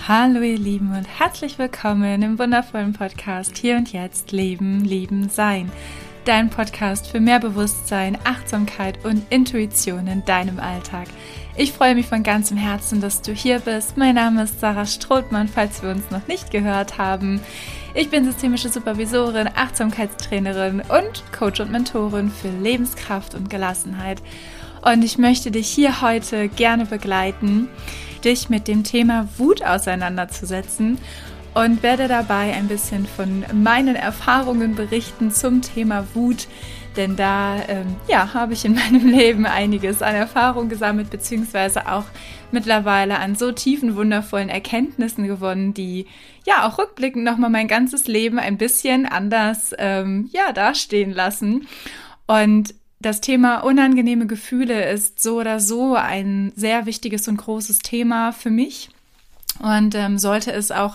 Hallo ihr Lieben und herzlich willkommen im wundervollen Podcast Hier und Jetzt Leben, Lieben, Sein. Dein Podcast für mehr Bewusstsein, Achtsamkeit und Intuition in deinem Alltag. Ich freue mich von ganzem Herzen, dass du hier bist. Mein Name ist Sarah Strothmann, falls wir uns noch nicht gehört haben. Ich bin systemische Supervisorin, Achtsamkeitstrainerin und Coach und Mentorin für Lebenskraft und Gelassenheit. Und ich möchte dich hier heute gerne begleiten, dich mit dem Thema Wut auseinanderzusetzen und werde dabei ein bisschen von meinen Erfahrungen berichten zum Thema Wut, denn da habe ich in meinem Leben einiges an Erfahrung gesammelt, beziehungsweise auch mittlerweile an so tiefen, wundervollen Erkenntnissen gewonnen, die ja auch rückblickend nochmal mein ganzes Leben ein bisschen anders dastehen lassen. Und das Thema unangenehme Gefühle ist so oder so ein sehr wichtiges und großes Thema für mich und sollte es auch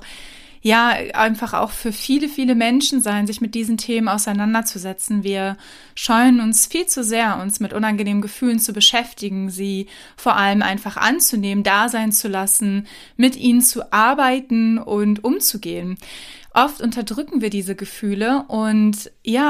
einfach auch für viele, viele Menschen sein, sich mit diesen Themen auseinanderzusetzen. Wir scheuen uns viel zu sehr, uns mit unangenehmen Gefühlen zu beschäftigen, sie vor allem einfach anzunehmen, da sein zu lassen, mit ihnen zu arbeiten und umzugehen. Oft unterdrücken wir diese Gefühle und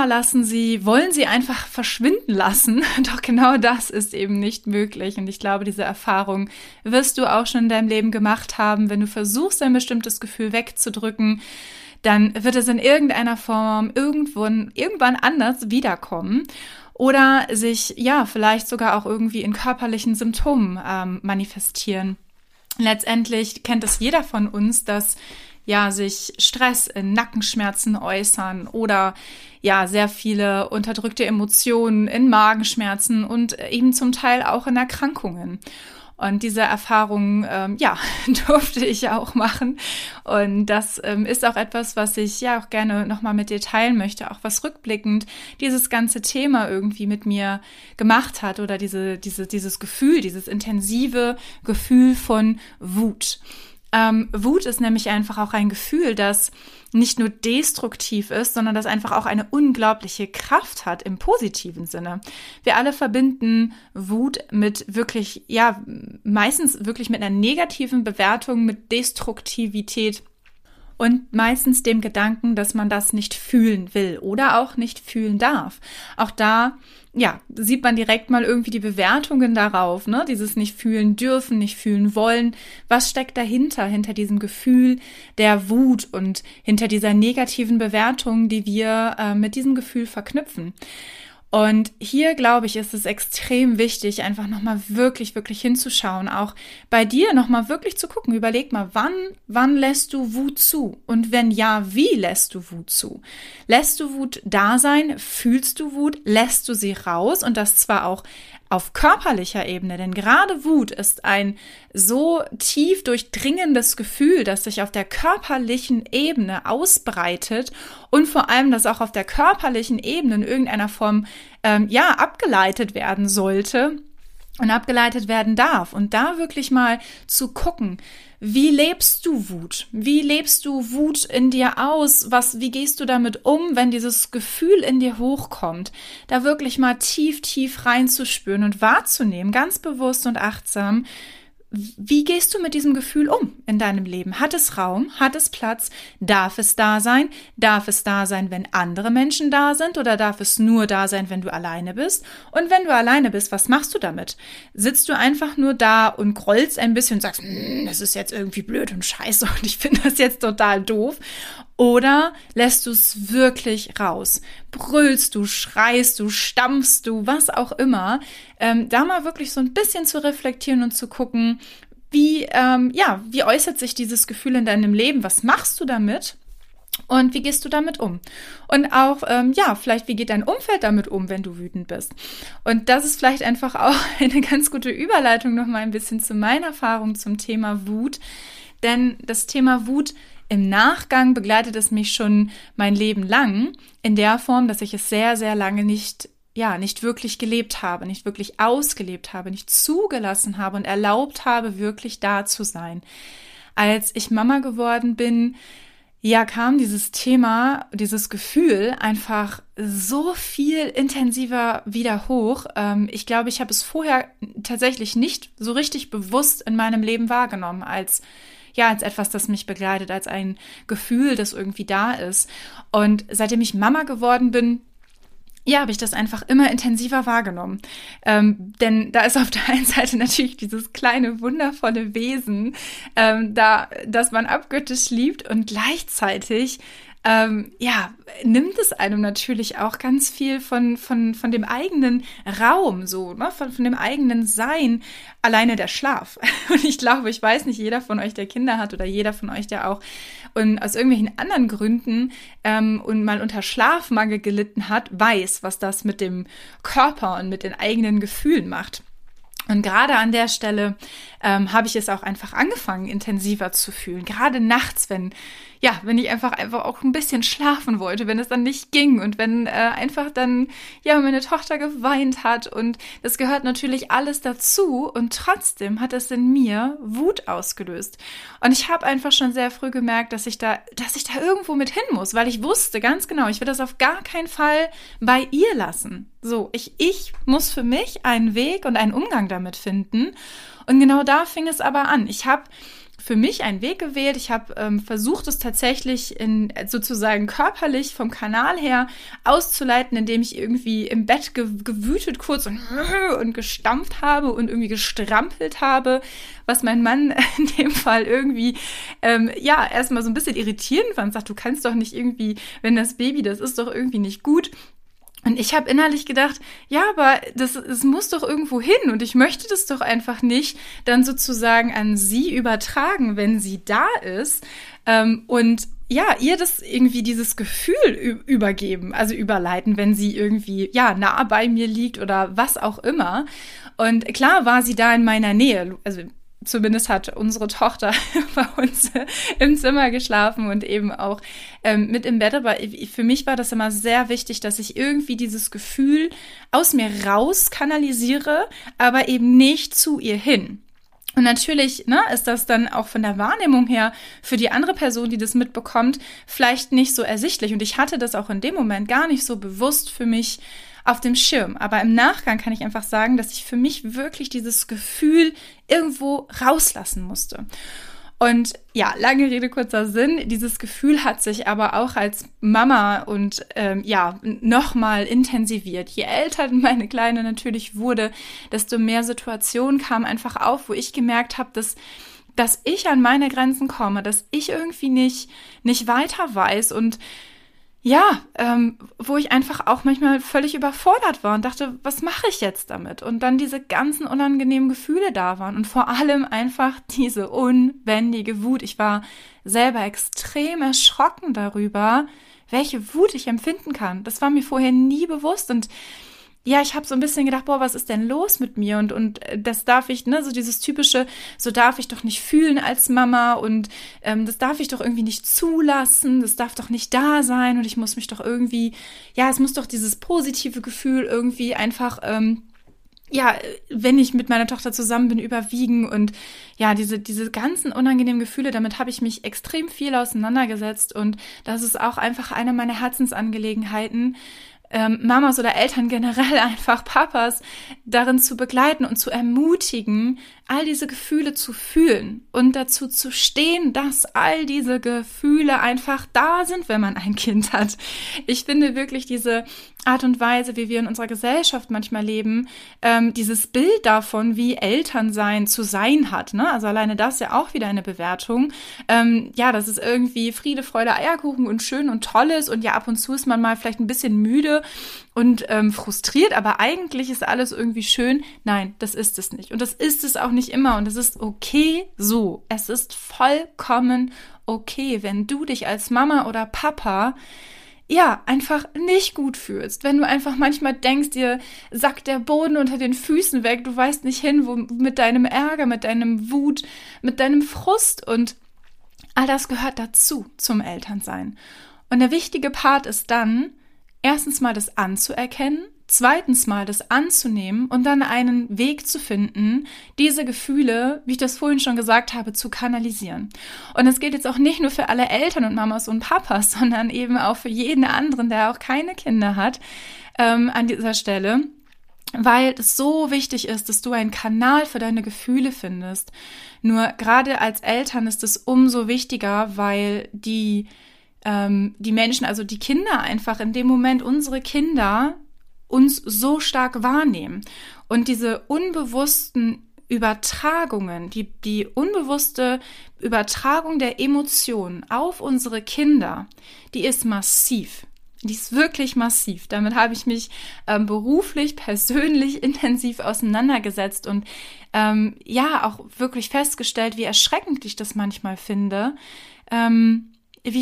wollen sie einfach verschwinden lassen. Doch genau das ist eben nicht möglich. Und ich glaube, diese Erfahrung wirst du auch schon in deinem Leben gemacht haben. Wenn du versuchst, ein bestimmtes Gefühl wegzudrücken, dann wird es in irgendeiner Form irgendwann anders wiederkommen. Oder sich vielleicht sogar auch irgendwie in körperlichen Symptomen manifestieren. Letztendlich kennt es jeder von uns, dass sich Stress in Nackenschmerzen äußern oder sehr viele unterdrückte Emotionen in Magenschmerzen und eben zum Teil auch in Erkrankungen. Und diese Erfahrung, durfte ich auch machen. Und das ist auch etwas, was ich auch gerne nochmal mit dir teilen möchte, auch was rückblickend dieses ganze Thema irgendwie mit mir gemacht hat oder dieses Gefühl, dieses intensive Gefühl von Wut. Wut ist nämlich einfach auch ein Gefühl, das nicht nur destruktiv ist, sondern das einfach auch eine unglaubliche Kraft hat im positiven Sinne. Wir alle verbinden Wut mit meistens wirklich mit einer negativen Bewertung, mit Destruktivität und meistens dem Gedanken, dass man das nicht fühlen will oder auch nicht fühlen darf. Auch da sieht man direkt mal irgendwie die Bewertungen darauf, ne? Dieses nicht fühlen dürfen, nicht fühlen wollen. Was steckt dahinter, hinter diesem Gefühl der Wut und hinter dieser negativen Bewertung, die wir mit diesem Gefühl verknüpfen? Und hier, glaube ich, ist es extrem wichtig, einfach nochmal wirklich, wirklich hinzuschauen, auch bei dir nochmal wirklich zu gucken. Überleg mal, wann lässt du Wut zu? Und wenn ja, wie lässt du Wut zu? Lässt du Wut da sein? Fühlst du Wut? Lässt du sie raus? Und das zwar auch auf körperlicher Ebene, denn gerade Wut ist ein so tief durchdringendes Gefühl, das sich auf der körperlichen Ebene ausbreitet und vor allem, das auch auf der körperlichen Ebene in irgendeiner Form abgeleitet werden sollte und abgeleitet werden darf. Und da wirklich mal zu gucken, wie lebst du Wut? Wie lebst du Wut in dir aus? Wie gehst du damit um, wenn dieses Gefühl in dir hochkommt? Da wirklich mal tief, tief reinzuspüren und wahrzunehmen, ganz bewusst und achtsam. Wie gehst du mit diesem Gefühl um in deinem Leben? Hat es Raum? Hat es Platz? Darf es da sein? Darf es da sein, wenn andere Menschen da sind? Oder darf es nur da sein, wenn du alleine bist? Und wenn du alleine bist, was machst du damit? Sitzt du einfach nur da und grollst ein bisschen und sagst, das ist jetzt irgendwie blöd und scheiße und ich finde das jetzt total doof? Oder lässt du es wirklich raus? Brüllst du, schreist du, stampfst du, was auch immer? Da mal wirklich so ein bisschen zu reflektieren und zu gucken, wie äußert sich dieses Gefühl in deinem Leben? Was machst du damit? Und wie gehst du damit um? Und auch, vielleicht, wie geht dein Umfeld damit um, wenn du wütend bist? Und das ist vielleicht einfach auch eine ganz gute Überleitung nochmal ein bisschen zu meiner Erfahrung zum Thema Wut. Denn das Thema Wut im Nachgang begleitet es mich schon mein Leben lang in der Form, dass ich es sehr, sehr lange nicht wirklich gelebt habe, nicht wirklich ausgelebt habe, nicht zugelassen habe und erlaubt habe, wirklich da zu sein. Als ich Mama geworden bin, kam dieses Thema, dieses Gefühl einfach so viel intensiver wieder hoch. Ich glaube, ich habe es vorher tatsächlich nicht so richtig bewusst in meinem Leben wahrgenommen, als als etwas, das mich begleitet, als ein Gefühl, das irgendwie da ist. Und seitdem ich Mama geworden bin, habe ich das einfach immer intensiver wahrgenommen. Denn da ist auf der einen Seite natürlich dieses kleine, wundervolle Wesen, das man abgöttisch liebt, und gleichzeitig nimmt es einem natürlich auch ganz viel von dem eigenen Raum, so, ne? Von dem eigenen Sein, alleine der Schlaf. Und ich glaube, ich weiß nicht, jeder von euch, der Kinder hat, oder jeder von euch, der auch und aus irgendwelchen anderen Gründen und mal unter Schlafmangel gelitten hat, weiß, was das mit dem Körper und mit den eigenen Gefühlen macht. Und gerade an der Stelle habe ich es auch einfach angefangen, intensiver zu fühlen. Gerade nachts, wenn ich einfach auch ein bisschen schlafen wollte, wenn es dann nicht ging und wenn einfach dann meine Tochter geweint hat, und das gehört natürlich alles dazu, und trotzdem hat es in mir Wut ausgelöst. Und ich habe einfach schon sehr früh gemerkt, dass ich da irgendwo mit hin muss, weil ich wusste ganz genau, ich will das auf gar keinen Fall bei ihr lassen. So, ich muss für mich einen Weg und einen Umgang damit finden. Und genau da fing es aber an. Ich habe für mich einen Weg gewählt. Ich habe versucht, es tatsächlich sozusagen körperlich vom Kanal her auszuleiten, indem ich irgendwie im Bett gewütet kurz und gestampft habe und irgendwie gestrampelt habe, was mein Mann in dem Fall irgendwie erstmal so ein bisschen irritierend fand. Sagt, du kannst doch nicht irgendwie, wenn das Baby, das ist doch irgendwie nicht gut. Und ich habe innerlich gedacht, ja, aber es muss doch irgendwo hin, und ich möchte das doch einfach nicht dann sozusagen an sie übertragen, wenn sie da ist, und ihr das irgendwie dieses Gefühl übergeben, also überleiten, wenn sie irgendwie nah bei mir liegt oder was auch immer. Und klar war sie da in meiner Nähe, also zumindest hat unsere Tochter bei uns im Zimmer geschlafen und eben auch mit im Bett. Aber für mich war das immer sehr wichtig, dass ich irgendwie dieses Gefühl aus mir raus kanalisiere, aber eben nicht zu ihr hin. Und natürlich ist das dann auch von der Wahrnehmung her für die andere Person, die das mitbekommt, vielleicht nicht so ersichtlich. Und ich hatte das auch in dem Moment gar nicht so bewusst für mich auf dem Schirm. Aber im Nachgang kann ich einfach sagen, dass ich für mich wirklich dieses Gefühl irgendwo rauslassen musste. Und lange Rede, kurzer Sinn, dieses Gefühl hat sich aber auch als Mama und nochmal intensiviert. Je älter meine Kleine natürlich wurde, desto mehr Situationen kamen einfach auf, wo ich gemerkt habe, dass ich an meine Grenzen komme, dass ich irgendwie nicht weiter weiß, und wo ich einfach auch manchmal völlig überfordert war und dachte, was mache ich jetzt damit? Und dann diese ganzen unangenehmen Gefühle da waren und vor allem einfach diese unbändige Wut. Ich war selber extrem erschrocken darüber, welche Wut ich empfinden kann. Das war mir vorher nie bewusst, und ich habe so ein bisschen gedacht, was ist denn los mit mir? Und das darf ich, so dieses typische, so darf ich doch nicht fühlen als Mama, und das darf ich doch irgendwie nicht zulassen, das darf doch nicht da sein, und ich muss mich doch irgendwie, es muss doch dieses positive Gefühl irgendwie einfach, wenn ich mit meiner Tochter zusammen bin, überwiegen, und diese ganzen unangenehmen Gefühle, damit habe ich mich extrem viel auseinandergesetzt, und das ist auch einfach eine meiner Herzensangelegenheiten, Mamas oder Eltern generell, einfach Papas, darin zu begleiten und zu ermutigen, all diese Gefühle zu fühlen und dazu zu stehen, dass all diese Gefühle einfach da sind, wenn man ein Kind hat. Ich finde wirklich diese Art und Weise, wie wir in unserer Gesellschaft manchmal leben, dieses Bild davon, wie Elternsein zu sein hat, ne? Also alleine das ja auch wieder eine Bewertung. Das ist irgendwie Friede, Freude, Eierkuchen und schön und toll ist, und ab und zu ist man mal vielleicht ein bisschen müde und frustriert, aber eigentlich ist alles irgendwie schön. Nein, das ist es nicht. Und das ist es auch nicht immer, und es ist okay so. Es ist vollkommen okay, wenn du dich als Mama oder Papa einfach nicht gut fühlst, wenn du einfach manchmal denkst, dir sackt der Boden unter den Füßen weg, du weißt nicht hin, wo mit deinem Ärger, mit deinem Wut, mit deinem Frust, und all das gehört dazu, zum Elternsein. Und der wichtige Part ist dann, erstens mal das anzuerkennen, zweitens mal das anzunehmen und dann einen Weg zu finden, diese Gefühle, wie ich das vorhin schon gesagt habe, zu kanalisieren. Und das gilt jetzt auch nicht nur für alle Eltern und Mamas und Papas, sondern eben auch für jeden anderen, der auch keine Kinder hat, an dieser Stelle. weil es so wichtig ist, dass du einen Kanal für deine Gefühle findest. Nur gerade als Eltern ist es umso wichtiger, weil die Menschen, also die Kinder einfach in dem Moment, unsere Kinder, uns so stark wahrnehmen. Und diese unbewussten Übertragungen, die unbewusste Übertragung der Emotionen auf unsere Kinder, die ist massiv. Die ist wirklich massiv. Damit habe ich mich beruflich, persönlich intensiv auseinandergesetzt und auch wirklich festgestellt, wie erschreckend ich das manchmal finde. Mit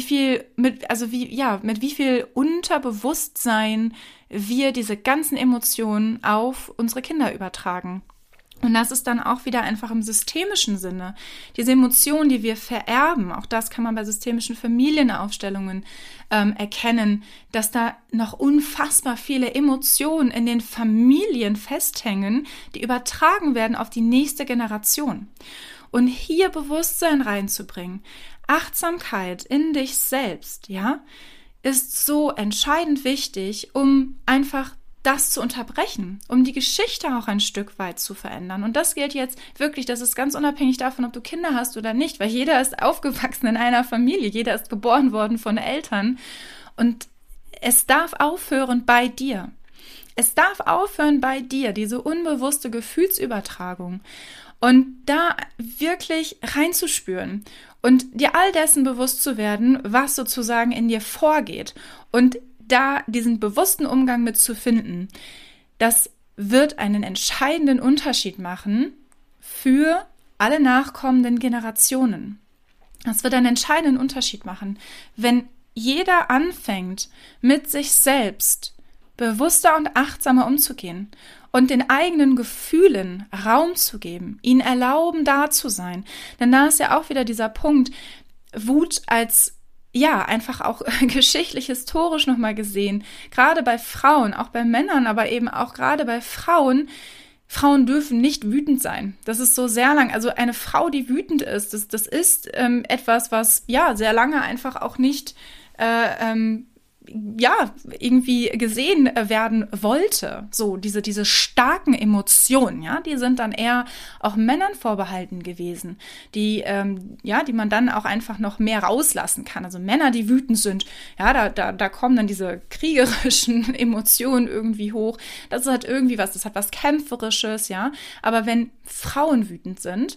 wie viel Unterbewusstsein wir diese ganzen Emotionen auf unsere Kinder übertragen. Und das ist dann auch wieder einfach im systemischen Sinne. Diese Emotionen, die wir vererben, auch das kann man bei systemischen Familienaufstellungen erkennen, dass da noch unfassbar viele Emotionen in den Familien festhängen, die übertragen werden auf die nächste Generation. Und hier Bewusstsein reinzubringen, Achtsamkeit in dich selbst, ja, ist so entscheidend wichtig, um einfach das zu unterbrechen, um die Geschichte auch ein Stück weit zu verändern. Und das gilt jetzt wirklich, das ist ganz unabhängig davon, ob du Kinder hast oder nicht, weil jeder ist aufgewachsen in einer Familie, jeder ist geboren worden von Eltern und es darf aufhören bei dir. Es darf aufhören bei dir, diese unbewusste Gefühlsübertragung und da wirklich reinzuspüren und dir all dessen bewusst zu werden, was sozusagen in dir vorgeht und da diesen bewussten Umgang mit zu finden, das wird einen entscheidenden Unterschied machen für alle nachkommenden Generationen. Das wird einen entscheidenden Unterschied machen, wenn jeder anfängt, mit sich selbst bewusster und achtsamer umzugehen und den eigenen Gefühlen Raum zu geben, ihnen erlauben, da zu sein. Denn da ist ja auch wieder dieser Punkt, Wut als einfach auch geschichtlich, historisch nochmal gesehen, gerade bei Frauen, auch bei Männern, aber eben auch gerade bei Frauen dürfen nicht wütend sein. Das ist so sehr lang, also eine Frau, die wütend ist, das ist etwas, was sehr lange einfach auch nicht irgendwie gesehen werden wollte. So, diese starken Emotionen, die sind dann eher auch Männern vorbehalten gewesen, die man dann auch einfach noch mehr rauslassen kann. Also Männer, die wütend sind, da kommen dann diese kriegerischen Emotionen irgendwie hoch. Das hat irgendwie das hat was Kämpferisches, Aber wenn Frauen wütend sind,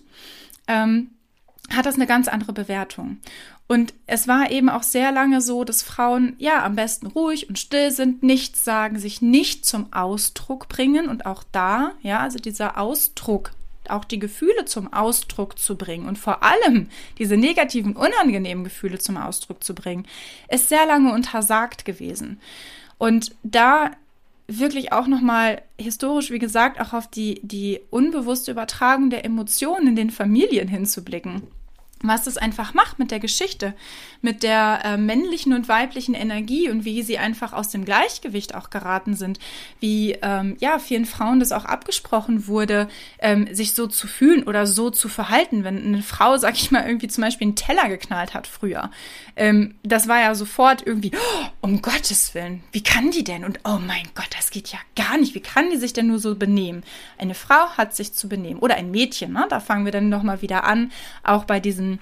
hat das eine ganz andere Bewertung. Und es war eben auch sehr lange so, dass Frauen am besten ruhig und still sind, nichts sagen, sich nicht zum Ausdruck bringen und auch da, also dieser Ausdruck, auch die Gefühle zum Ausdruck zu bringen und vor allem diese negativen, unangenehmen Gefühle zum Ausdruck zu bringen, ist sehr lange untersagt gewesen. Und da wirklich auch nochmal historisch, wie gesagt, auch auf die unbewusste Übertragung der Emotionen in den Familien hinzublicken. Was das einfach macht mit der Geschichte, mit der männlichen und weiblichen Energie und wie sie einfach aus dem Gleichgewicht auch geraten sind, wie vielen Frauen das auch abgesprochen wurde, sich so zu fühlen oder so zu verhalten, wenn eine Frau, sag ich mal, irgendwie zum Beispiel einen Teller geknallt hat früher. Das war ja sofort irgendwie, oh, um Gottes Willen, wie kann die denn? Und oh mein Gott, das geht ja gar nicht, wie kann die sich denn nur so benehmen? Eine Frau hat sich zu benehmen oder ein Mädchen, ne? Da fangen wir dann nochmal wieder an, auch bei diesen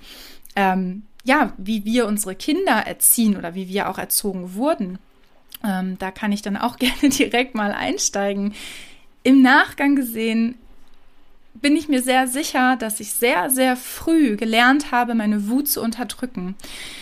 wie wir unsere Kinder erziehen oder wie wir auch erzogen wurden. Da kann ich dann auch gerne direkt mal einsteigen. Im Nachgang gesehen bin ich mir sehr sicher, dass ich sehr, sehr früh gelernt habe, meine Wut zu unterdrücken.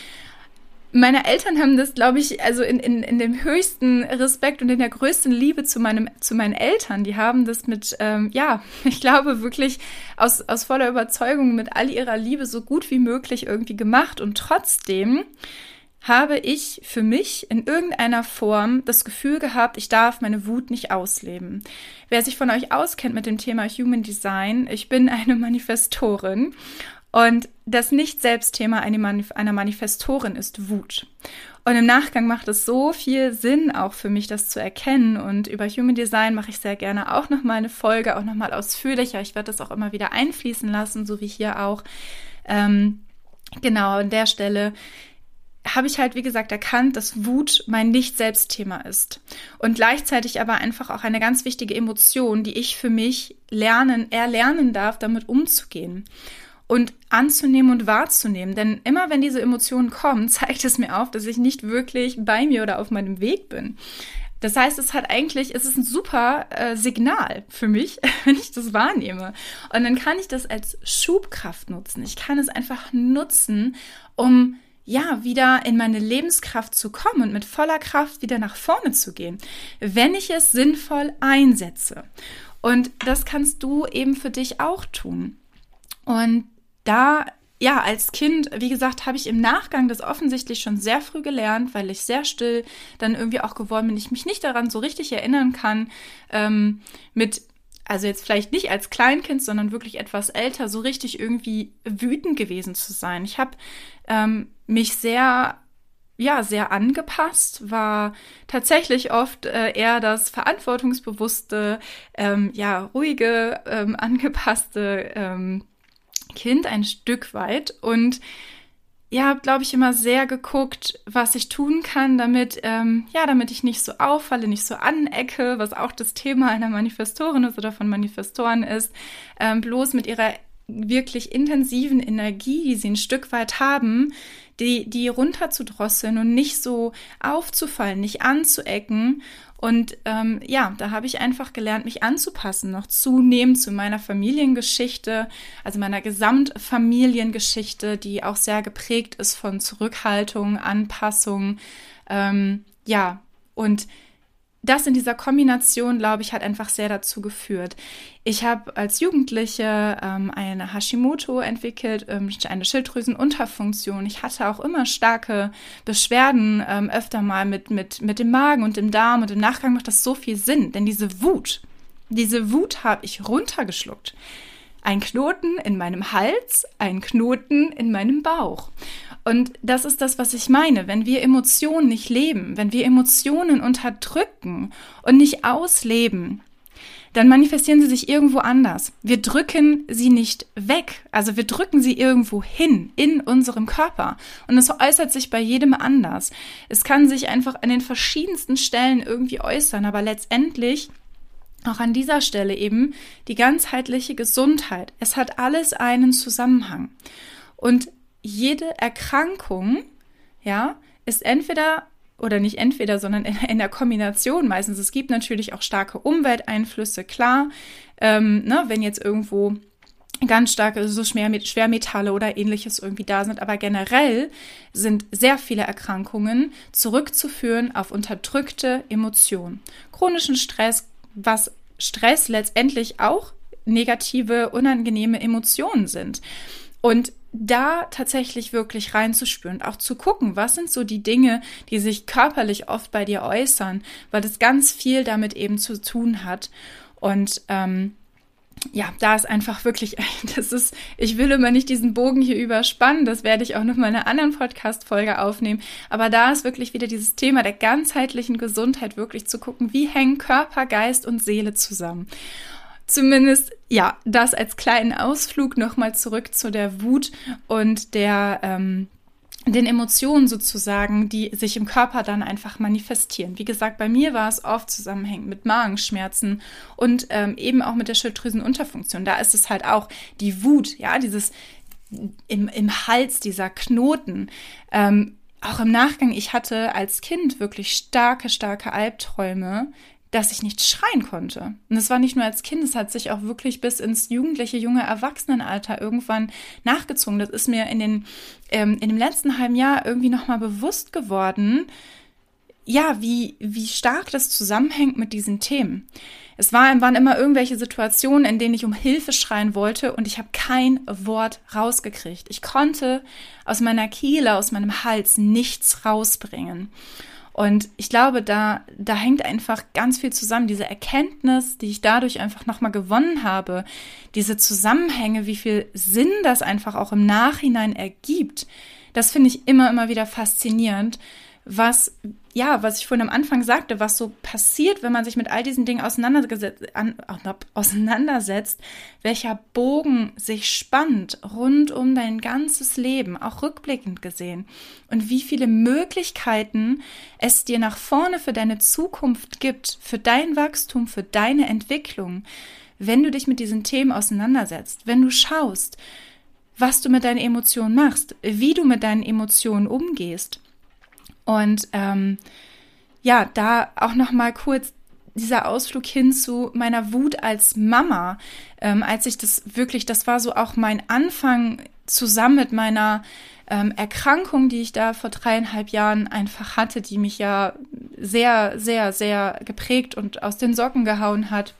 Meine Eltern haben das, glaube ich, also in dem höchsten Respekt und in der größten Liebe zu meinen Eltern, die haben das mit, ich glaube wirklich aus voller Überzeugung mit all ihrer Liebe so gut wie möglich irgendwie gemacht. Und trotzdem habe ich für mich in irgendeiner Form das Gefühl gehabt, ich darf meine Wut nicht ausleben. Wer sich von euch auskennt mit dem Thema Human Design, ich bin eine Manifestorin. Und das Nicht-Selbst-Thema einer Manifestorin ist Wut. Und im Nachgang macht es so viel Sinn auch für mich, das zu erkennen. Und über Human Design mache ich sehr gerne auch nochmal eine Folge, auch nochmal ausführlicher. Ich werde das auch immer wieder einfließen lassen, so wie hier auch. Genau, an der Stelle. habe ich halt, wie gesagt, erkannt, dass Wut mein Nicht-Selbst-Thema ist. Und gleichzeitig aber einfach auch eine ganz wichtige Emotion, die ich für mich erlernen darf, damit umzugehen und anzunehmen und wahrzunehmen. Denn immer wenn diese Emotionen kommen, zeigt es mir auf, dass ich nicht wirklich bei mir oder auf meinem Weg bin. Das heißt, es ist ein super Signal für mich, wenn ich das wahrnehme. Und dann kann ich das als Schubkraft nutzen. Ich kann es einfach nutzen, um wieder in meine Lebenskraft zu kommen und mit voller Kraft wieder nach vorne zu gehen, wenn ich es sinnvoll einsetze. Und das kannst du eben für dich auch tun. Und da, als Kind, wie gesagt, habe ich im Nachgang das offensichtlich schon sehr früh gelernt, weil ich sehr still dann irgendwie auch geworden bin. Ich mich nicht daran so richtig erinnern kann, also jetzt vielleicht nicht als Kleinkind, sondern wirklich etwas älter, so richtig irgendwie wütend gewesen zu sein. Ich habe mich sehr angepasst, war tatsächlich oft eher das verantwortungsbewusste, ruhige, angepasste Kind ein Stück weit und habe, glaube ich, immer sehr geguckt, was ich tun kann, damit ich nicht so auffalle, nicht so anecke, was auch das Thema einer Manifestorin ist oder von Manifestoren ist, bloß mit ihrer wirklich intensiven Energie, die sie ein Stück weit haben, die runterzudrosseln und nicht so aufzufallen, nicht anzuecken. Und da habe ich einfach gelernt, mich anzupassen, noch zunehmend zu meiner Familiengeschichte, also meiner Gesamtfamiliengeschichte, die auch sehr geprägt ist von Zurückhaltung, Anpassung, und das in dieser Kombination, glaube ich, hat einfach sehr dazu geführt. Ich habe als Jugendliche eine Hashimoto entwickelt, eine Schilddrüsenunterfunktion. Ich hatte auch immer starke Beschwerden, öfter mal mit dem Magen und dem Darm. Und im Nachgang macht das so viel Sinn, denn diese Wut habe ich runtergeschluckt. Ein Knoten in meinem Hals, ein Knoten in meinem Bauch. Und das ist das, was ich meine. Wenn wir Emotionen nicht leben, wenn wir Emotionen unterdrücken und nicht ausleben, dann manifestieren sie sich irgendwo anders. Wir drücken sie nicht weg. Also wir drücken sie irgendwo hin in unserem Körper. Und es äußert sich bei jedem anders. Es kann sich einfach an den verschiedensten Stellen irgendwie äußern, aber letztendlich auch an dieser Stelle eben die ganzheitliche Gesundheit. Es hat alles einen Zusammenhang. Und jede Erkrankung, ist entweder oder nicht entweder, sondern in der Kombination meistens. Es gibt natürlich auch starke Umwelteinflüsse, klar. Wenn jetzt irgendwo ganz starke so Schwermetalle oder ähnliches irgendwie da sind. Aber generell sind sehr viele Erkrankungen zurückzuführen auf unterdrückte Emotionen. Chronischen Stress, was Stress letztendlich auch negative, unangenehme Emotionen sind. Und da tatsächlich wirklich reinzuspüren und auch zu gucken, was sind so die Dinge, die sich körperlich oft bei dir äußern, weil das ganz viel damit eben zu tun hat. Und da ist einfach wirklich, ich will immer nicht diesen Bogen hier überspannen, das werde ich auch noch mal in einer anderen Podcast-Folge aufnehmen, aber da ist wirklich wieder dieses Thema der ganzheitlichen Gesundheit, wirklich zu gucken, wie hängen Körper, Geist und Seele zusammen. Zumindest, das als kleinen Ausflug nochmal zurück zu der Wut und den Emotionen sozusagen, die sich im Körper dann einfach manifestieren. Wie gesagt, bei mir war es oft zusammenhängend mit Magenschmerzen und eben auch mit der Schilddrüsenunterfunktion. Da ist es halt auch die Wut, dieses im Hals, dieser Knoten. Auch im Nachgang, ich hatte als Kind wirklich starke Albträume, dass ich nicht schreien konnte. Und das war nicht nur als Kind, es hat sich auch wirklich bis ins jugendliche, junge Erwachsenenalter irgendwann nachgezogen. Das ist mir in dem letzten halben Jahr irgendwie nochmal bewusst geworden, wie stark das zusammenhängt mit diesen Themen. Es waren immer irgendwelche Situationen, in denen ich um Hilfe schreien wollte und ich habe kein Wort rausgekriegt. Ich konnte aus meiner Kehle, aus meinem Hals nichts rausbringen. Und ich glaube, da hängt einfach ganz viel zusammen. Diese Erkenntnis, die ich dadurch einfach nochmal gewonnen habe, diese Zusammenhänge, wie viel Sinn das einfach auch im Nachhinein ergibt, das finde ich immer wieder faszinierend, was ich vorhin am Anfang sagte, was so passiert, wenn man sich mit all diesen Dingen auseinandersetzt, welcher Bogen sich spannt rund um dein ganzes Leben, auch rückblickend gesehen, und wie viele Möglichkeiten es dir nach vorne für deine Zukunft gibt, für dein Wachstum, für deine Entwicklung, wenn du dich mit diesen Themen auseinandersetzt, wenn du schaust, was du mit deinen Emotionen machst, wie du mit deinen Emotionen umgehst. Und da auch noch mal kurz dieser Ausflug hin zu meiner Wut als Mama, als ich das war so auch mein Anfang zusammen mit meiner Erkrankung, die ich da vor 3,5 Jahren einfach hatte, die mich ja sehr, sehr, sehr geprägt und aus den Socken gehauen hat.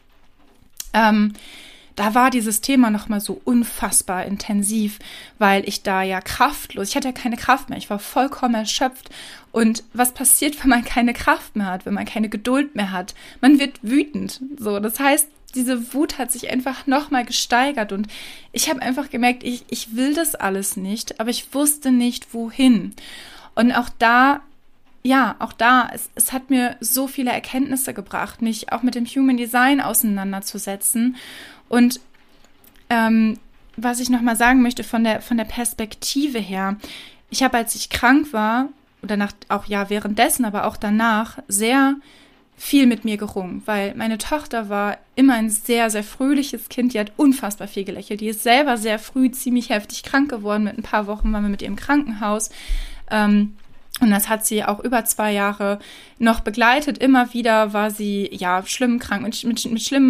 Da war dieses Thema nochmal so unfassbar intensiv, weil ich da ja ich hatte ja keine Kraft mehr, ich war vollkommen erschöpft. Und was passiert, wenn man keine Kraft mehr hat, wenn man keine Geduld mehr hat? Man wird wütend. So, das heißt, diese Wut hat sich einfach nochmal gesteigert und ich habe einfach gemerkt, ich will das alles nicht, aber ich wusste nicht, wohin. Und auch da, es hat mir so viele Erkenntnisse gebracht, mich auch mit dem Human Design auseinanderzusetzen. Und was ich nochmal sagen möchte von der Perspektive her, ich habe, als ich krank war, oder währenddessen, aber auch danach, sehr viel mit mir gerungen, weil meine Tochter war immer ein sehr, sehr fröhliches Kind, die hat unfassbar viel gelächelt, die ist selber sehr früh ziemlich heftig krank geworden, mit ein paar Wochen waren wir mit ihr im Krankenhaus, und das hat sie auch über 2 Jahre noch begleitet. Immer wieder war sie schlimm krank, mit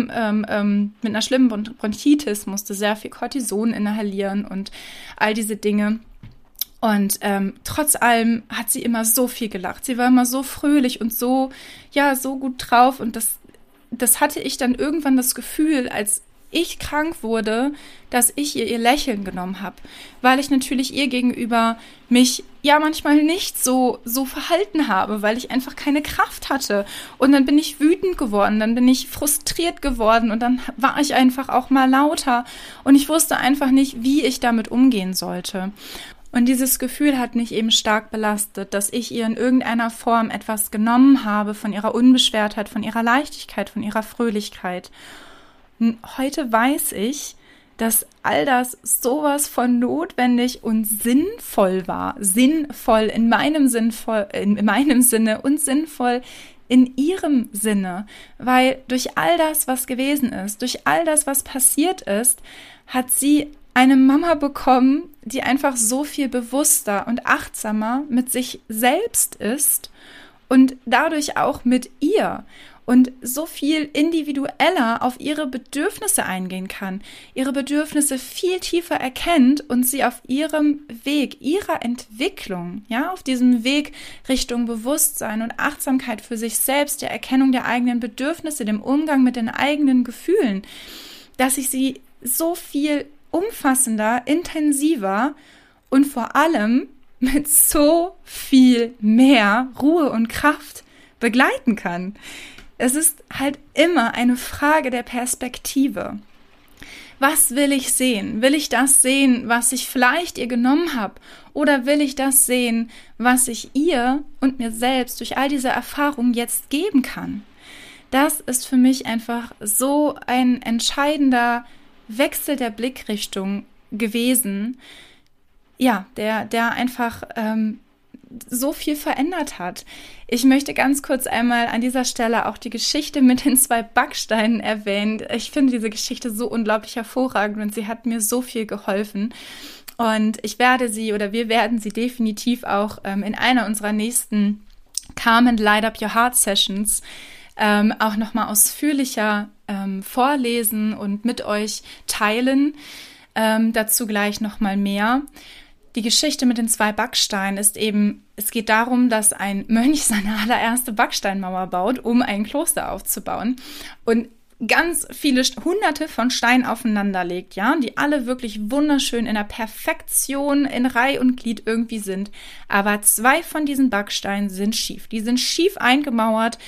einer schlimmen Bronchitis, musste sehr viel Cortison inhalieren und all diese Dinge. Und trotz allem hat sie immer so viel gelacht. Sie war immer so fröhlich und so gut drauf. Und das hatte ich dann irgendwann das Gefühl, als ich krank wurde, dass ich ihr Lächeln genommen habe, weil ich natürlich ihr gegenüber mich manchmal nicht so verhalten habe, weil ich einfach keine Kraft hatte. Und dann bin ich wütend geworden, dann bin ich frustriert geworden und dann war ich einfach auch mal lauter und ich wusste einfach nicht, wie ich damit umgehen sollte. Und dieses Gefühl hat mich eben stark belastet, dass ich ihr in irgendeiner Form etwas genommen habe von ihrer Unbeschwertheit, von ihrer Leichtigkeit, von ihrer Fröhlichkeit. Heute weiß ich, dass all das sowas von notwendig und sinnvoll war. Sinnvoll in meinem Sinne und sinnvoll in ihrem Sinne. Weil durch all das, was gewesen ist, durch all das, was passiert ist, hat sie eine Mama bekommen, die einfach so viel bewusster und achtsamer mit sich selbst ist und dadurch auch mit ihr. Und so viel individueller auf ihre Bedürfnisse eingehen kann, ihre Bedürfnisse viel tiefer erkennt und sie auf ihrem Weg, ihrer Entwicklung, auf diesem Weg Richtung Bewusstsein und Achtsamkeit für sich selbst, der Erkennung der eigenen Bedürfnisse, dem Umgang mit den eigenen Gefühlen, dass ich sie so viel umfassender, intensiver und vor allem mit so viel mehr Ruhe und Kraft begleiten kann. Es ist halt immer eine Frage der Perspektive. Was will ich sehen? Will ich das sehen, was ich vielleicht ihr genommen habe? Oder will ich das sehen, was ich ihr und mir selbst durch all diese Erfahrungen jetzt geben kann? Das ist für mich einfach so ein entscheidender Wechsel der Blickrichtung gewesen, der einfach so viel verändert hat. Ich möchte ganz kurz einmal an dieser Stelle auch die Geschichte mit den 2 Backsteinen erwähnen. Ich finde diese Geschichte so unglaublich hervorragend und sie hat mir so viel geholfen. Und wir werden sie definitiv auch in einer unserer nächsten Calm and Light Up Your Heart Sessions auch nochmal ausführlicher vorlesen und mit euch teilen. Dazu gleich nochmal mehr. Die Geschichte mit den 2 Backsteinen ist eben, es geht darum, dass ein Mönch seine allererste Backsteinmauer baut, um ein Kloster aufzubauen und ganz viele Hunderte von Steinen aufeinander legt, die alle wirklich wunderschön in der Perfektion in Reih und Glied irgendwie sind. Aber 2 von diesen Backsteinen sind schief. Die sind schief eingemauert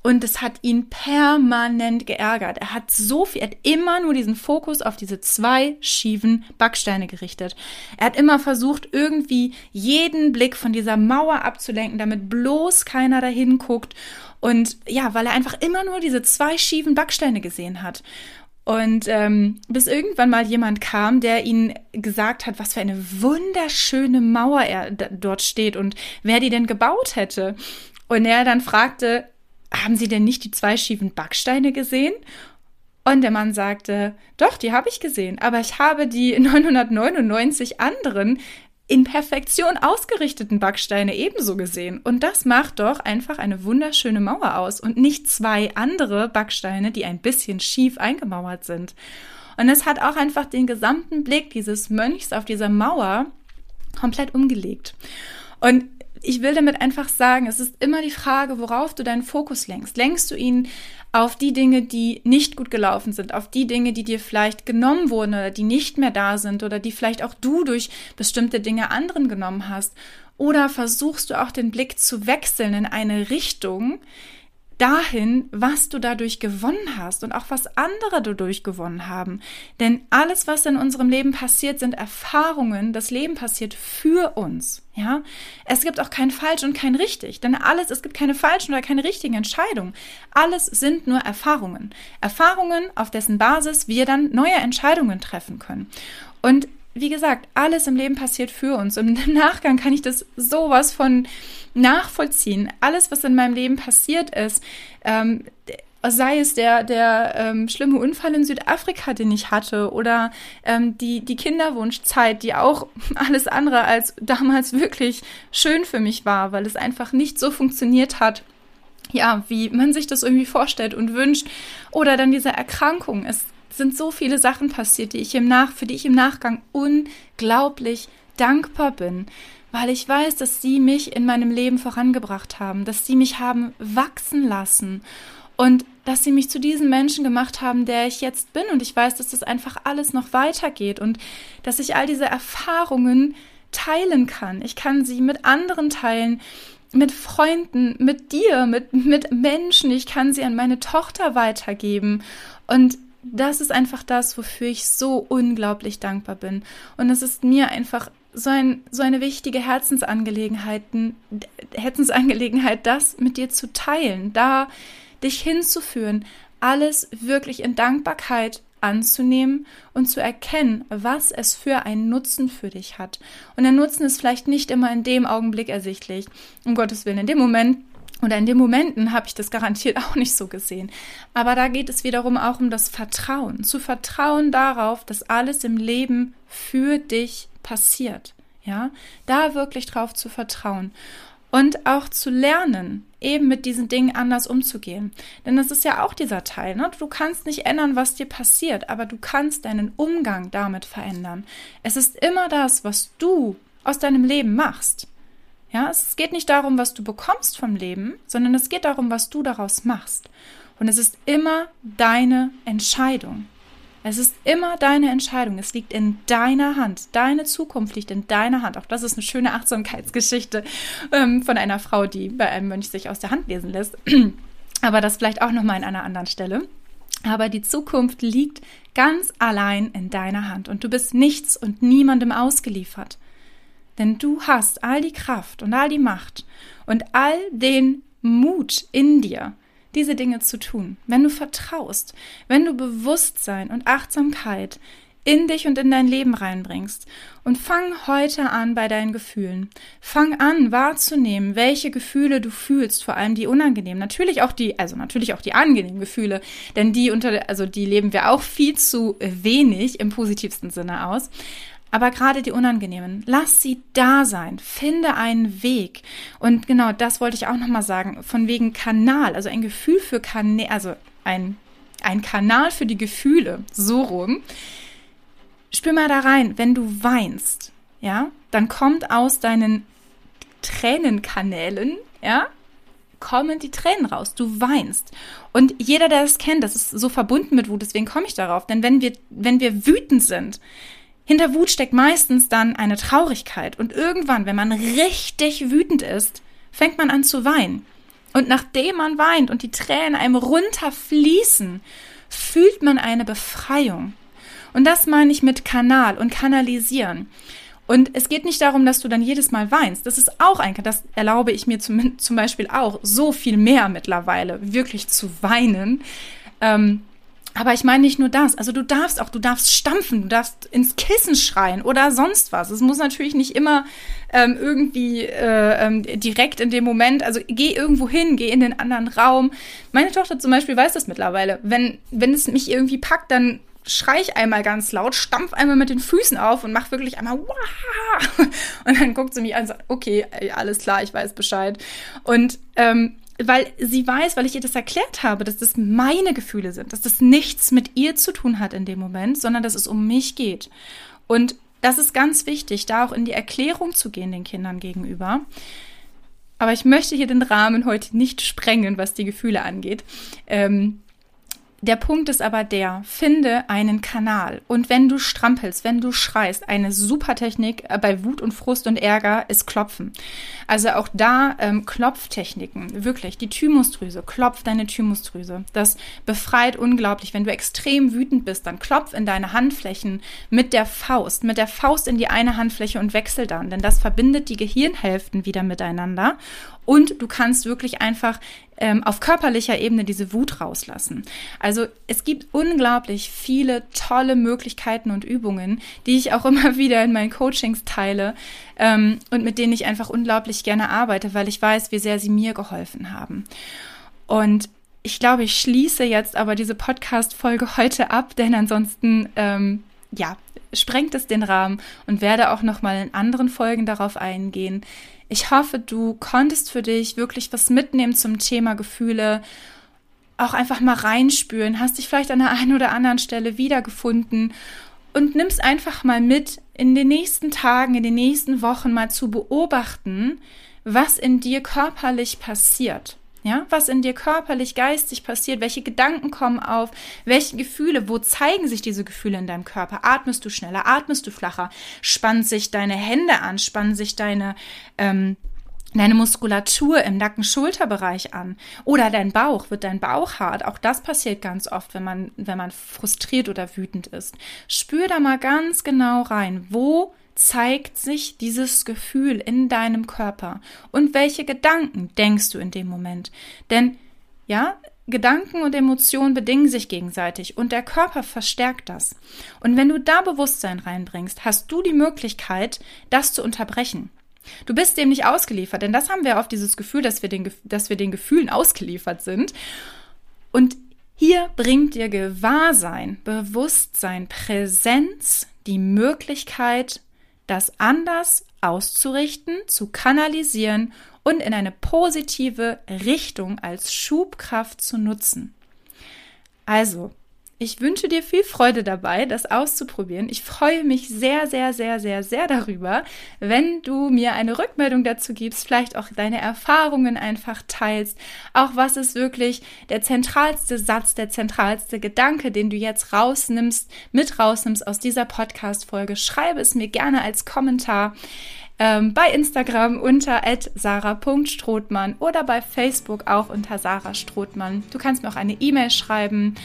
Und es hat ihn permanent geärgert. Er hat immer nur diesen Fokus auf diese 2 schiefen Backsteine gerichtet. Er hat immer versucht, irgendwie jeden Blick von dieser Mauer abzulenken, damit bloß keiner dahin guckt. Und ja, weil er einfach immer nur diese 2 schiefen Backsteine gesehen hat. Und bis irgendwann mal jemand kam, der ihn gesagt hat, was für eine wunderschöne Mauer er dort steht und wer die denn gebaut hätte. Und er dann fragte, haben Sie denn nicht die 2 schiefen Backsteine gesehen? Und der Mann sagte, doch, die habe ich gesehen, aber ich habe die 999 anderen in Perfektion ausgerichteten Backsteine ebenso gesehen. Und das macht doch einfach eine wunderschöne Mauer aus und nicht 2 andere Backsteine, die ein bisschen schief eingemauert sind. Und es hat auch einfach den gesamten Blick dieses Mönchs auf dieser Mauer komplett umgelegt. Und ich will damit einfach sagen, es ist immer die Frage, worauf du deinen Fokus lenkst. Lenkst du ihn auf die Dinge, die nicht gut gelaufen sind, auf die Dinge, die dir vielleicht genommen wurden oder die nicht mehr da sind oder die vielleicht auch du durch bestimmte Dinge anderen genommen hast? Oder versuchst du auch den Blick zu wechseln in eine Richtung dahin, was du dadurch gewonnen hast und auch was andere dadurch gewonnen haben. Denn alles, was in unserem Leben passiert, sind Erfahrungen. Das Leben passiert für uns. Ja, es gibt auch kein falsch und kein richtig, denn es gibt keine falschen oder keine richtigen Entscheidungen. Alles sind nur Erfahrungen. Erfahrungen, auf dessen Basis wir dann neue Entscheidungen treffen können. Und wie gesagt, alles im Leben passiert für uns. Und im Nachgang kann ich das sowas von nachvollziehen. Alles, was in meinem Leben passiert ist, sei es der schlimme Unfall in Südafrika, den ich hatte, oder die Kinderwunschzeit, die auch alles andere als damals wirklich schön für mich war, weil es einfach nicht so funktioniert hat, ja, wie man sich das irgendwie vorstellt und wünscht. Oder dann diese Erkrankung. Es sind so viele Sachen passiert, für die ich im Nachgang unglaublich dankbar bin, weil ich weiß, dass sie mich in meinem Leben vorangebracht haben, dass sie mich haben wachsen lassen und dass sie mich zu diesem Menschen gemacht haben, der ich jetzt bin. Und ich weiß, dass das einfach alles noch weitergeht und dass ich all diese Erfahrungen teilen kann. Ich kann sie mit anderen teilen, mit Freunden, mit dir, mit Menschen. Ich kann sie an meine Tochter weitergeben. Und das ist einfach das, wofür ich so unglaublich dankbar bin. Und es ist mir einfach so eine wichtige Herzensangelegenheit, das mit dir zu teilen, da dich hinzuführen, alles wirklich in Dankbarkeit anzunehmen und zu erkennen, was es für einen Nutzen für dich hat. Und der Nutzen ist vielleicht nicht immer in dem Augenblick ersichtlich, um Gottes Willen, in dem Moment oder in den Momenten habe ich das garantiert auch nicht so gesehen. Aber da geht es wiederum auch um das Vertrauen. Zu vertrauen darauf, dass alles im Leben für dich passiert. Ja, da wirklich drauf zu vertrauen. Und auch zu lernen, eben mit diesen Dingen anders umzugehen. Denn das ist ja auch dieser Teil. Ne? Du kannst nicht ändern, was dir passiert, aber du kannst deinen Umgang damit verändern. Es ist immer das, was du aus deinem Leben machst. Ja, es geht nicht darum, was du bekommst vom Leben, sondern es geht darum, was du daraus machst. Und es ist immer deine Entscheidung. Es ist immer deine Entscheidung. Es liegt in deiner Hand. Deine Zukunft liegt in deiner Hand. Auch das ist eine schöne Achtsamkeitsgeschichte von einer Frau, die bei einem Mönch sich aus der Hand lesen lässt. Aber das vielleicht auch nochmal an einer anderen Stelle. Aber die Zukunft liegt ganz allein in deiner Hand. Und du bist nichts und niemandem ausgeliefert. Denn du hast all die Kraft und all die Macht und all den Mut in dir, diese Dinge zu tun. Wenn du vertraust, wenn du Bewusstsein und Achtsamkeit in dich und in dein Leben reinbringst. Und fang heute an bei deinen Gefühlen. Fang an wahrzunehmen, welche Gefühle du fühlst, vor allem die unangenehmen. Natürlich auch die angenehmen Gefühle, denn die leben wir auch viel zu wenig im positivsten Sinne aus. Aber gerade die unangenehmen, lass sie da sein, finde einen Weg. Und genau das wollte ich auch nochmal sagen, von wegen Kanal, also ein Gefühl für Kanal, also ein Kanal für die Gefühle, so rum. Spür mal da rein, wenn du weinst, ja, dann kommt aus deinen Tränenkanälen, ja, kommen die Tränen raus, du weinst. Und jeder, der das kennt, das ist so verbunden mit Wut, deswegen komme ich darauf, denn wenn wir wütend sind, hinter Wut steckt meistens dann eine Traurigkeit. Und irgendwann, wenn man richtig wütend ist, fängt man an zu weinen. Und nachdem man weint und die Tränen einem runterfließen, fühlt man eine Befreiung. Und das meine ich mit Kanal und kanalisieren. Und es geht nicht darum, dass du dann jedes Mal weinst. Das erlaube ich mir zum Beispiel auch, so viel mehr mittlerweile, wirklich zu weinen. Aber ich meine nicht nur das. Also du darfst stampfen, du darfst ins Kissen schreien oder sonst was. Es muss natürlich nicht immer direkt in dem Moment, also geh irgendwo hin, geh in den anderen Raum. Meine Tochter zum Beispiel weiß das mittlerweile. Wenn es mich irgendwie packt, dann schrei ich einmal ganz laut, stampf einmal mit den Füßen auf und mach wirklich einmal Wah! Und dann guckt sie mich an und sagt, okay, alles klar, ich weiß Bescheid. Und weil ich ihr das erklärt habe, dass das meine Gefühle sind, dass das nichts mit ihr zu tun hat in dem Moment, sondern dass es um mich geht. Und das ist ganz wichtig, da auch in die Erklärung zu gehen den Kindern gegenüber. Aber ich möchte hier den Rahmen heute nicht sprengen, was die Gefühle angeht. Der Punkt ist aber finde einen Kanal. Und wenn du strampelst, wenn du schreist, eine super Technik bei Wut und Frust und Ärger ist Klopfen. Also auch da Klopftechniken, wirklich, die Thymusdrüse, klopf deine Thymusdrüse. Das befreit unglaublich. Wenn du extrem wütend bist, dann klopf in deine Handflächen mit der Faust in die eine Handfläche und wechsel dann, denn das verbindet die Gehirnhälften wieder miteinander. Und du kannst wirklich einfach auf körperlicher Ebene diese Wut rauslassen. Also es gibt unglaublich viele tolle Möglichkeiten und Übungen, die ich auch immer wieder in meinen Coachings teile und mit denen ich einfach unglaublich gerne arbeite, weil ich weiß, wie sehr sie mir geholfen haben. Und ich glaube, ich schließe jetzt aber diese Podcast-Folge heute ab, denn ansonsten sprengt es den Rahmen und werde auch nochmal in anderen Folgen darauf eingehen. Ich hoffe, du konntest für dich wirklich was mitnehmen zum Thema Gefühle, auch einfach mal reinspüren, hast dich vielleicht an der einen oder anderen Stelle wiedergefunden und nimmst einfach mal mit, in den nächsten Tagen, in den nächsten Wochen mal zu beobachten, was in dir körperlich passiert. Ja, was in dir körperlich, geistig passiert, welche Gedanken kommen auf, welche Gefühle, wo zeigen sich diese Gefühle in deinem Körper? Atmest du schneller, atmest du flacher? Spannen sich deine Hände an, spannen sich deine Muskulatur im Nacken-Schulterbereich an? Oder wird dein Bauch hart? Auch das passiert ganz oft, wenn man frustriert oder wütend ist. Spür da mal ganz genau rein, wo zeigt sich dieses Gefühl in deinem Körper und welche Gedanken denkst du in dem Moment? Denn ja, Gedanken und Emotionen bedingen sich gegenseitig und der Körper verstärkt das. Und wenn du da Bewusstsein reinbringst, hast du die Möglichkeit, das zu unterbrechen. Du bist dem nicht ausgeliefert, denn das haben wir oft dieses Gefühl, dass wir den Gefühlen ausgeliefert sind. Und hier bringt dir Gewahrsein, Bewusstsein, Präsenz die Möglichkeit, das anders auszurichten, zu kanalisieren und in eine positive Richtung als Schubkraft zu nutzen. Also, ich wünsche dir viel Freude dabei, das auszuprobieren. Ich freue mich sehr, sehr, sehr, sehr, sehr darüber, wenn du mir eine Rückmeldung dazu gibst, vielleicht auch deine Erfahrungen einfach teilst, auch was ist wirklich der zentralste Satz, der zentralste Gedanke, den du jetzt rausnimmst aus dieser Podcast-Folge. Schreibe es mir gerne als Kommentar bei Instagram unter @sarah.strothmann oder bei Facebook auch unter Sarah Strothmann. Du kannst mir auch eine E-Mail schreiben,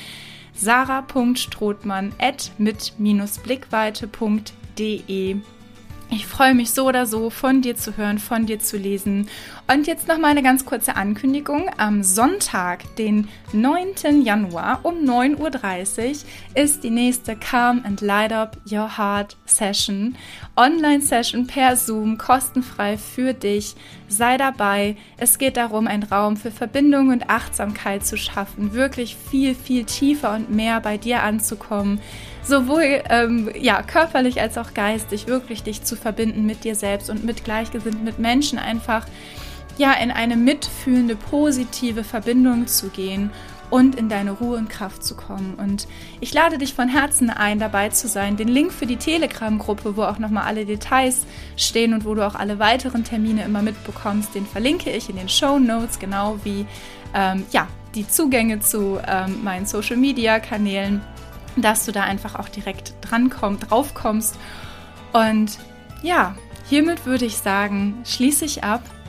sarah.strothmann@mit-blickweite.de. Ich freue mich so oder so, von dir zu hören, von dir zu lesen. Und jetzt noch mal eine ganz kurze Ankündigung. Am Sonntag, den 9. Januar um 9:30 Uhr ist die nächste Calm and Light Up Your Heart Session. Online-Session per Zoom, kostenfrei für dich. Sei dabei. Es geht darum, einen Raum für Verbindung und Achtsamkeit zu schaffen. Wirklich viel, viel tiefer und mehr bei dir anzukommen. Sowohl körperlich als auch geistig, wirklich dich zu verbinden mit dir selbst und mit Gleichgesinnten, mit Menschen einfach in eine mitfühlende, positive Verbindung zu gehen und in deine Ruhe und Kraft zu kommen. Und ich lade dich von Herzen ein, dabei zu sein. Den Link für die Telegram-Gruppe, wo auch nochmal alle Details stehen und wo du auch alle weiteren Termine immer mitbekommst, den verlinke ich in den Shownotes, genau wie die Zugänge zu meinen Social-Media-Kanälen, dass du da einfach auch direkt drauf kommst. Und ja, hiermit würde ich sagen, schließe ich ab.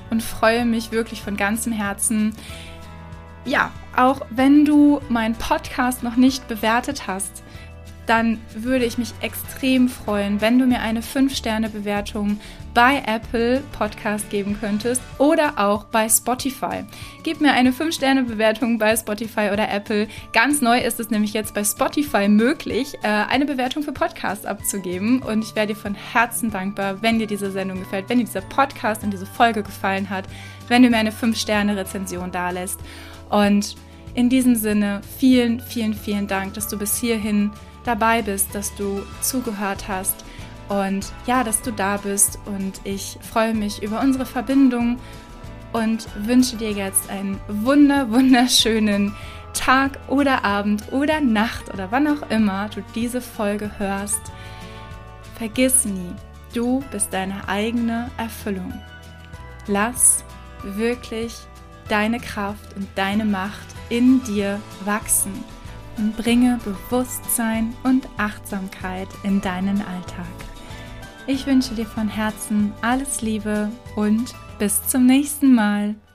und freue mich wirklich von ganzem Herzen. Ja, auch wenn du meinen Podcast noch nicht bewertet hast, dann würde ich mich extrem freuen, wenn du mir eine 5-Sterne-Bewertung bei Apple Podcast geben könntest oder auch bei Spotify. Gib mir eine 5-Sterne-Bewertung bei Spotify oder Apple. Ganz neu ist es nämlich jetzt bei Spotify möglich, eine Bewertung für Podcasts abzugeben. Und ich wäre dir von Herzen dankbar, wenn dir diese Sendung gefällt, wenn dir dieser Podcast und diese Folge gefallen hat, wenn du mir eine 5-Sterne-Rezension dalässt. Und in diesem Sinne, vielen, vielen, vielen Dank, dass du bis hierhin dabei bist, dass du zugehört hast und ja, dass du da bist, und ich freue mich über unsere Verbindung und wünsche dir jetzt einen wunderschönen Tag oder Abend oder Nacht oder wann auch immer du diese Folge hörst. Vergiss nie, du bist deine eigene Erfüllung. Lass wirklich deine Kraft und deine Macht in dir wachsen. Und bringe Bewusstsein und Achtsamkeit in deinen Alltag. Ich wünsche dir von Herzen alles Liebe und bis zum nächsten Mal.